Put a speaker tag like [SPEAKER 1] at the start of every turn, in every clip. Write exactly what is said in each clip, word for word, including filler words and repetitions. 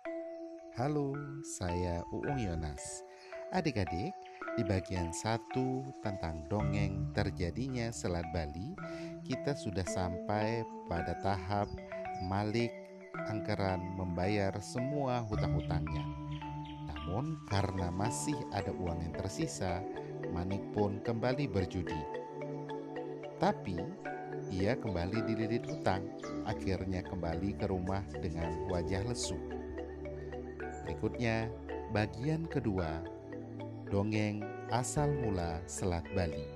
[SPEAKER 1] Halo, saya Uung Yonas. Adik-adik, di bagian satu tentang dongeng terjadinya Selat Bali, kita sudah sampai pada tahap Malik Angkeran membayar semua hutang-hutangnya. Namun karena masih ada uang yang tersisa, Manik pun kembali berjudi. Tapi ia kembali dililit hutang, akhirnya kembali ke rumah dengan wajah lesu. Berikutnya, bagian kedua, dongeng asal mula Selat Bali.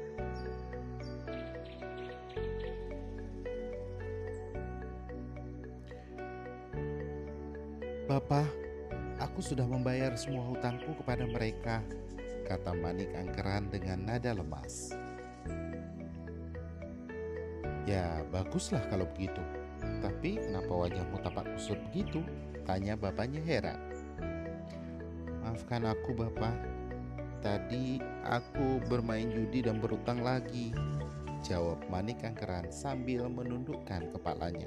[SPEAKER 1] Bapak, aku sudah membayar semua hutangku kepada mereka, kata Manik Angkeran dengan nada lemas. Ya, baguslah kalau begitu. Tapi kenapa wajahmu tampak kusut begitu? Tanya bapaknya heran. Maafkan aku, Bapak. Tadi aku bermain judi dan berutang lagi, jawab Manik Angkeran sambil menundukkan kepalanya.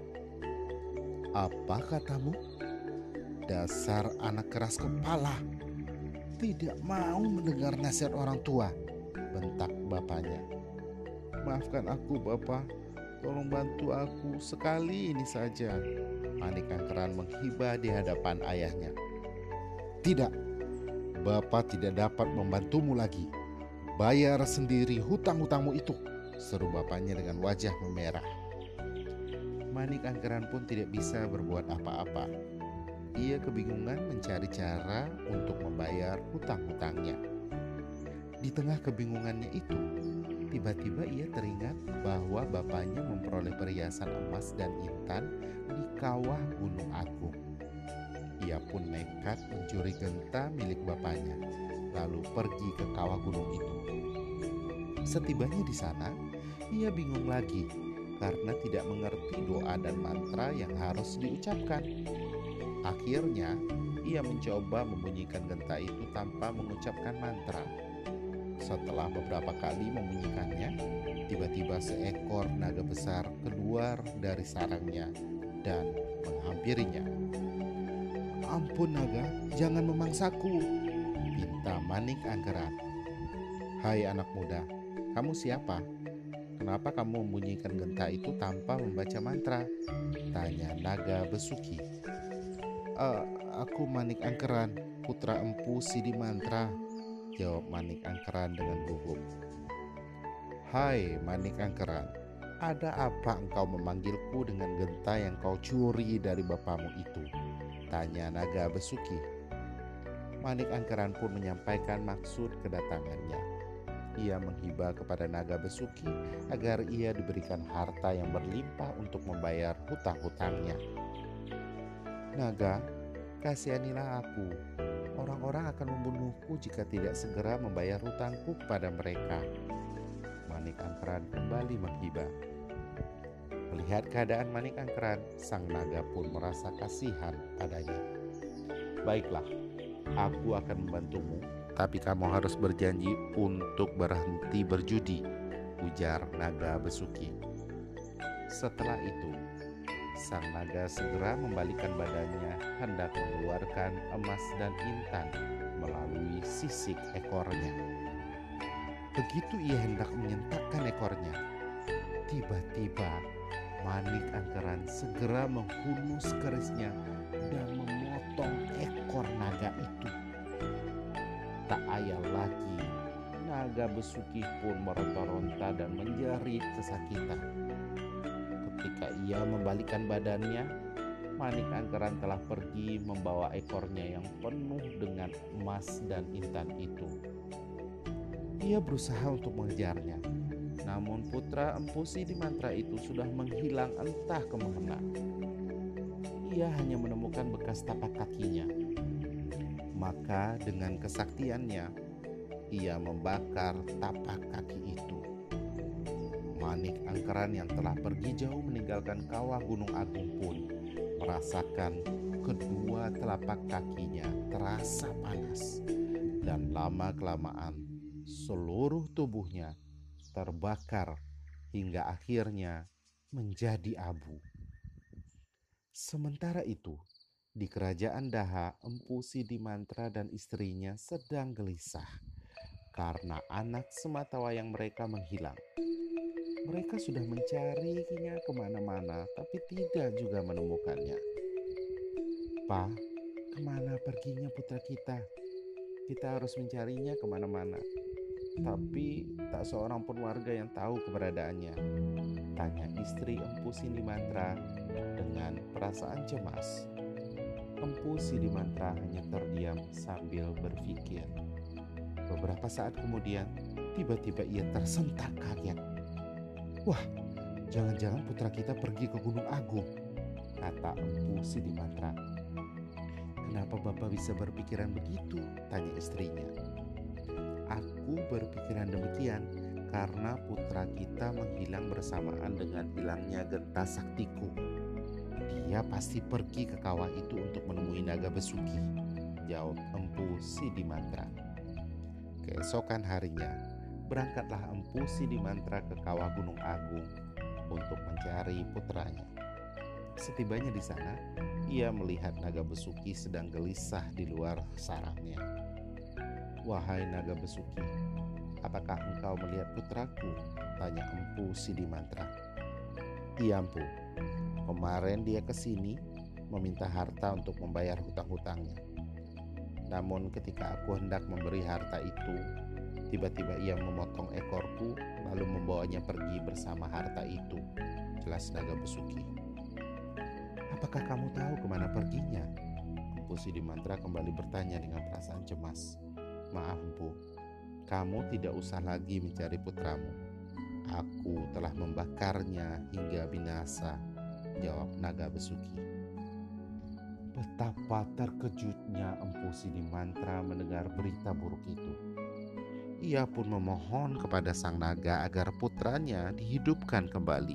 [SPEAKER 1] Apa katamu? Dasar anak keras kepala. Tidak mau mendengar nasihat orang tua, bentak bapaknya. Maafkan aku, Bapak. Tolong bantu aku sekali ini saja. Manik Angkeran menghibah di hadapan ayahnya. Tidak, Bapak tidak dapat membantumu lagi. Bayar sendiri hutang-hutangmu itu, seru bapaknya dengan wajah memerah. Manik Angkeran pun tidak bisa berbuat apa-apa. Ia kebingungan mencari cara untuk membayar hutang-hutangnya. Di tengah kebingungannya itu, tiba-tiba ia teringat bahwa bapaknya memperoleh perhiasan emas dan intan di kawah Gunung Agung. Ia pun nekat mencuri genta milik bapaknya, lalu pergi ke kawah gunung itu. Setibanya di sana, ia bingung lagi karena tidak mengerti doa dan mantra yang harus diucapkan. Akhirnya, ia mencoba membunyikan genta itu tanpa mengucapkan mantra. Setelah beberapa kali membunyikannya, tiba-tiba seekor naga besar keluar dari sarangnya dan menghampirinya. Ampun naga, jangan memangsaku, pinta Manik Angkeran. Hai anak muda, kamu siapa? Kenapa kamu membunyikan genta itu tanpa membaca mantra? Tanya naga Besuki. E, aku Manik Angkeran, putra empu Sidi Mantra, jawab Manik Angkeran dengan gugup. Hai Manik Angkeran, ada apa engkau memanggilku dengan genta yang kau curi dari bapamu itu? Tanya naga Besuki. Manik Angkeran pun menyampaikan maksud kedatangannya. Ia menghibah kepada naga Besuki agar ia diberikan harta yang berlimpah untuk membayar hutang-hutangnya. Naga, kasihanilah aku. Orang-orang akan membunuhku jika tidak segera membayar hutangku kepada mereka. Manik Angkeran kembali menghibah. Melihat keadaan Manik Angkeran, sang naga pun merasa kasihan padanya. Baiklah, aku akan membantumu, tapi kamu harus berjanji untuk berhenti berjudi, ujar naga Besuki. Setelah itu, sang naga segera membalikan badannya hendak mengeluarkan emas dan intan melalui sisik ekornya. Begitu ia hendak menyentakkan ekornya, tiba-tiba Manik Angkeran segera menghunus kerisnya dan memotong ekor naga itu. Tak ayal lagi, naga Besuki pun meronta-ronta dan menjerit kesakitan. Ketika ia membalikkan badannya, Manik Angkeran telah pergi membawa ekornya yang penuh dengan emas dan intan itu. Ia berusaha untuk mengejarnya, namun putra empu Sidi Mantra itu sudah menghilang entah kemana. Ia hanya menemukan bekas tapak kakinya. Maka dengan kesaktiannya, ia membakar tapak kaki itu. Manik Angkeran yang telah pergi jauh meninggalkan kawah Gunung Agung pun merasakan kedua telapak kakinya terasa panas, dan lama-kelamaan seluruh tubuhnya terbakar hingga akhirnya menjadi abu. Sementara itu, Di kerajaan Daha, Empu Sidimantra dan istrinya sedang gelisah karena anak sematawayang mereka menghilang. Mereka sudah mencarinya kemana-mana, tapi tidak juga menemukannya. "Pa, kemana perginya putra kita? Kita harus mencarinya kemana-mana, tapi tak seorang pun warga yang tahu keberadaannya," tanya istri Empu Sidimantra dengan perasaan cemas. Empu Sidimantra hanya terdiam sambil berpikir. Beberapa saat kemudian, tiba-tiba ia tersentak kaget. "Wah, jangan-jangan putra kita pergi ke Gunung Agung," kata Empu Sidimantra. "Kenapa Bapak bisa berpikiran begitu?" tanya istrinya. "Aku berpikiran demikian karena putra kita menghilang bersamaan dengan hilangnya genta saktiku. Dia pasti pergi ke kawah itu untuk menemui naga besuki," jawab Empu Sidimantra. Keesokan harinya, berangkatlah Empu Sidimantra ke kawah Gunung Agung untuk mencari putranya. Setibanya di sana, ia melihat naga besuki sedang gelisah di luar sarangnya. "Wahai naga besuki, apakah engkau melihat putraku?" tanya Empu Sidimantra. "Iya, Empu. Kemarin dia ke sini meminta harta untuk membayar hutang-hutangnya. Namun ketika aku hendak memberi harta itu, tiba-tiba ia memotong ekorku lalu membawanya pergi bersama harta itu," jelas naga besuki. "Apakah kamu tahu kemana perginya?" Empu Sidimantra kembali bertanya dengan perasaan cemas. "Maaf, Empu, kamu tidak usah lagi mencari putramu. Aku telah membakarnya hingga binasa," jawab naga besuki. Betapa terkejutnya Empu Sidimantra mendengar berita buruk itu. Ia pun memohon kepada sang naga agar putranya dihidupkan kembali.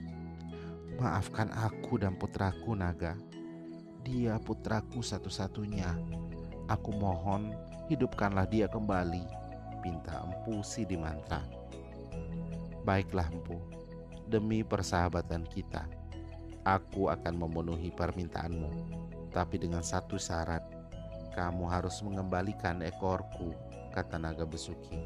[SPEAKER 1] "Maafkan aku dan putraku, naga. Dia putraku satu-satunya. Aku mohon hidupkanlah dia kembali," pinta Empu Sidimantra. "Baiklah, Empu. Demi persahabatan kita, aku akan memenuhi permintaanmu. Tapi dengan satu syarat, kamu harus mengembalikan ekorku," kata naga besuki.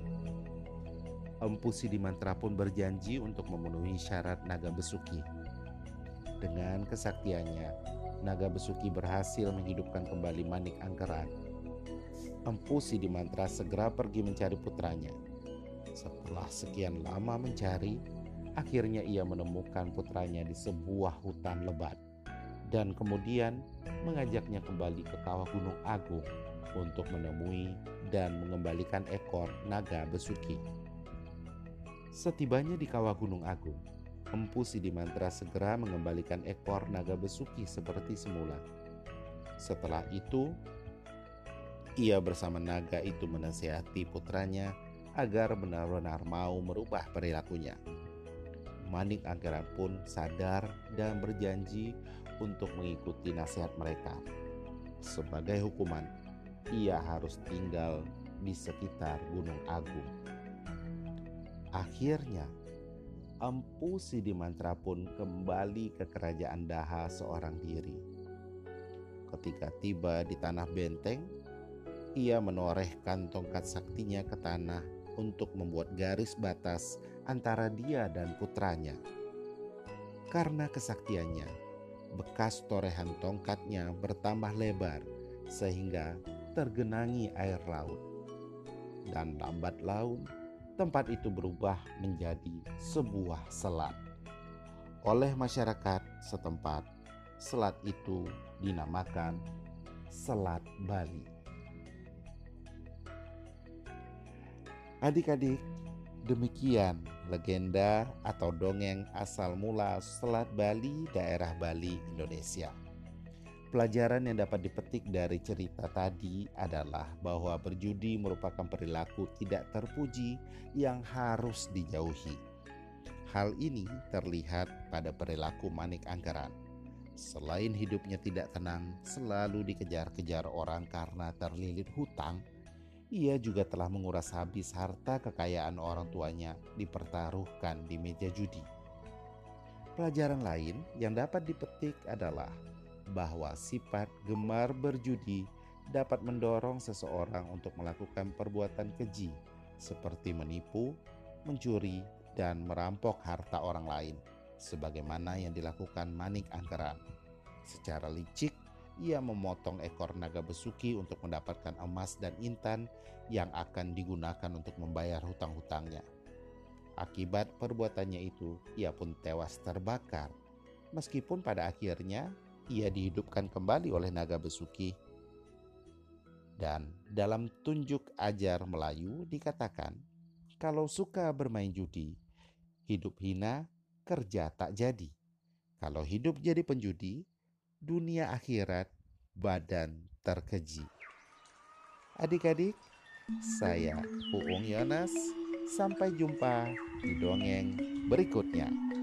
[SPEAKER 1] Empu Sidimantra pun berjanji untuk memenuhi syarat naga besuki. Dengan kesaktiannya, naga besuki berhasil menghidupkan kembali Manik Angkeran. Empu Sidimantra segera pergi mencari putranya. Setelah sekian lama mencari, akhirnya ia menemukan putranya di sebuah hutan lebat dan kemudian mengajaknya kembali ke kawah Gunung Agung untuk menemui dan mengembalikan ekor naga besuki. Setibanya di kawah Gunung Agung, Empu Sidimantra segera mengembalikan ekor naga besuki seperti semula. Setelah itu, ia bersama naga itu menasihati putranya agar benar-benar mau merubah perilakunya. Manik Angkeran pun sadar dan berjanji untuk mengikuti nasihat mereka. Sebagai hukuman, ia harus tinggal di sekitar Gunung Agung. Akhirnya, Empu Sidimantra pun kembali ke kerajaan Daha seorang diri. Ketika tiba di tanah benteng, ia menorehkan tongkat saktinya ke tanah untuk membuat garis batas antara dia dan putranya. Karena kesaktiannya, bekas torehan tongkatnya bertambah lebar sehingga tergenangi air laut. Dan lambat laun, tempat itu berubah menjadi sebuah selat. Oleh masyarakat setempat, selat itu dinamakan Selat Bali. Adik-adik, demikian legenda atau dongeng asal mula Selat Bali, daerah Bali, Indonesia. Pelajaran yang dapat dipetik dari cerita tadi adalah bahwa berjudi merupakan perilaku tidak terpuji yang harus dijauhi. Hal ini terlihat pada perilaku Manik Angkeran. Selain hidupnya tidak tenang, selalu dikejar-kejar orang karena terlilit hutang, ia juga telah menguras habis harta kekayaan orang tuanya dipertaruhkan di meja judi. Pelajaran lain yang dapat dipetik adalah bahwa sifat gemar berjudi dapat mendorong seseorang untuk melakukan perbuatan keji seperti menipu, mencuri, dan merampok harta orang lain, sebagaimana yang dilakukan Manik Angkeran. Secara licik, ia memotong ekor naga besuki untuk mendapatkan emas dan intan yang akan digunakan untuk membayar hutang-hutangnya. Akibat perbuatannya itu, ia pun tewas terbakar, meskipun pada akhirnya ia dihidupkan kembali oleh naga besuki. Dan dalam tunjuk ajar Melayu dikatakan, kalau suka bermain judi, hidup hina, kerja tak jadi. Kalau hidup jadi penjudi, dunia akhirat, badan terkeji. Adik-adik, saya Uung Yonas. Sampai jumpa di dongeng berikutnya.